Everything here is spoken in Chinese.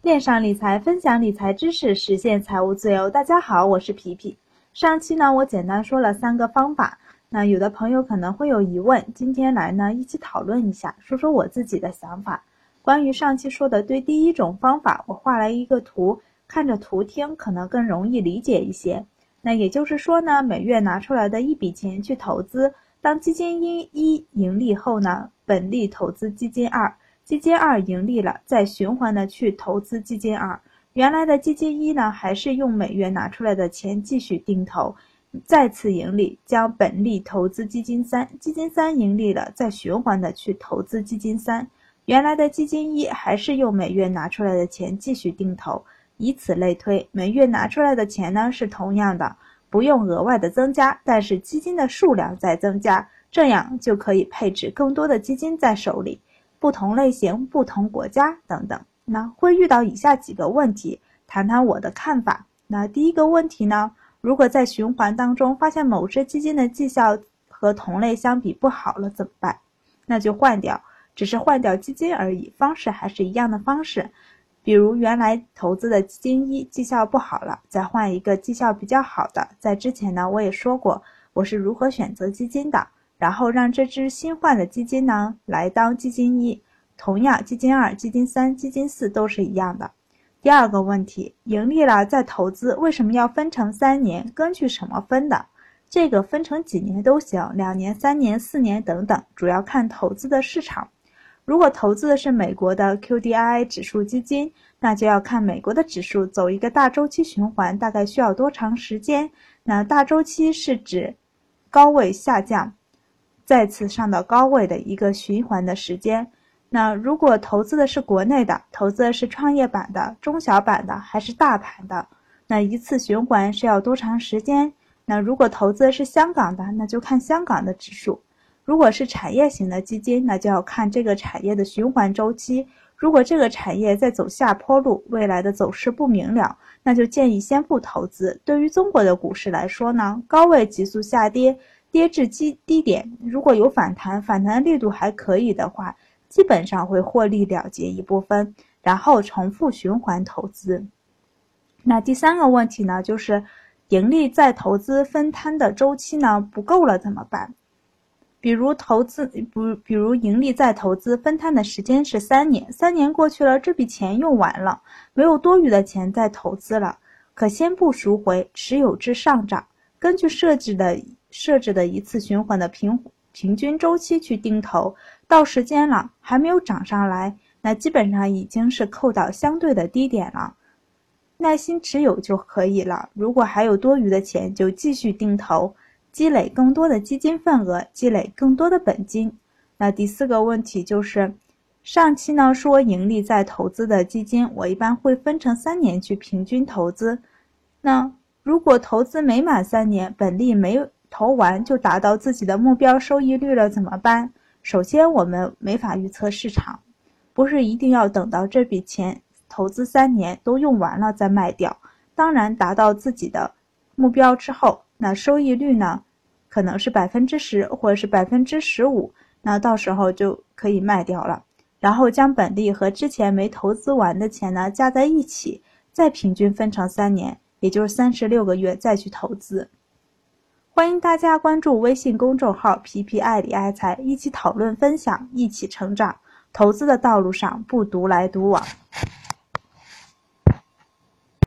链上理财，分享理财知识，实现财务自由。大家好，我是皮皮。上期呢，我简单说了3个方法，那有的朋友可能会有疑问，今天来呢一起讨论一下，说说我自己的想法。关于上期说的对第一种方法，我画了一个图，看着图听可能更容易理解一些。那也就是说呢，每月拿出来的一笔钱去投资，当基金一盈利后呢，本利投资基金2，基金2盈利了，再循环的去投资基金2。原来的基金1呢，还是用每月拿出来的钱继续定投，再次盈利，将本利投资基金3，基金3盈利了，再循环的去投资基金3。原来的基金1还是用每月拿出来的钱继续定投，以此类推，每月拿出来的钱呢是同样的，不用额外的增加，但是基金的数量在增加，这样就可以配置更多的基金在手里。不同类型、不同国家等等，那会遇到以下几个问题，谈谈我的看法。那第一个问题呢，如果在循环当中发现某只基金的绩效和同类相比不好了怎么办？那就换掉，只是换掉基金而已，方式还是一样的方式。比如原来投资的基金1绩效不好了，再换一个绩效比较好的。在之前呢，我也说过我是如何选择基金的。然后让这支新换的基金呢来当基金1，同样基金2、基金3、基金4都是一样的。第二个问题，盈利了再投资，为什么要分成3年？根据什么分的？这个分成几年都行，2年、3年、4年等等，主要看投资的市场。如果投资的是美国的 QDII 指数基金，那就要看美国的指数走一个大周期循环大概需要多长时间。那大周期是指高位下降再次上到高位的一个循环的时间。那如果投资的是国内的，投资的是创业板的、中小板的还是大盘的，那一次循环是要多长时间？那如果投资的是香港的，那就看香港的指数。如果是产业型的基金，那就要看这个产业的循环周期。如果这个产业在走下坡路，未来的走势不明了，那就建议先不投资。对于中国的股市来说呢，高位急速下跌，跌至低点，如果有反弹力度还可以的话，基本上会获利了结一部分，然后重复循环投资。那第3个问题呢，就是盈利再投资分摊的周期呢不够了怎么办？比如盈利再投资分摊的时间是3年，3年过去了，这笔钱用完了，没有多余的钱再投资了，可先不赎回，持有至上涨，根据设置的一次循环的平均周期去定投，到时间了还没有涨上来，那基本上已经是扣到相对的低点了，耐心持有就可以了。如果还有多余的钱，就继续定投，积累更多的基金份额，积累更多的本金。那第4个问题就是，上期呢说盈利再投资的基金，我一般会分成3年去平均投资。那如果投资没满3年，本利没投完就达到自己的目标收益率了怎么办？首先我们没法预测市场，不是一定要等到这笔钱投资3年都用完了再卖掉。当然达到自己的目标之后，那收益率呢可能是 10% 或者是 15%， 那到时候就可以卖掉了，然后将本利和之前没投资完的钱呢加在一起，再平均分成3年，也就是36个月再去投资。欢迎大家关注微信公众号皮皮爱理爱财，一起讨论分享，一起成长。投资的道路上不独来独往。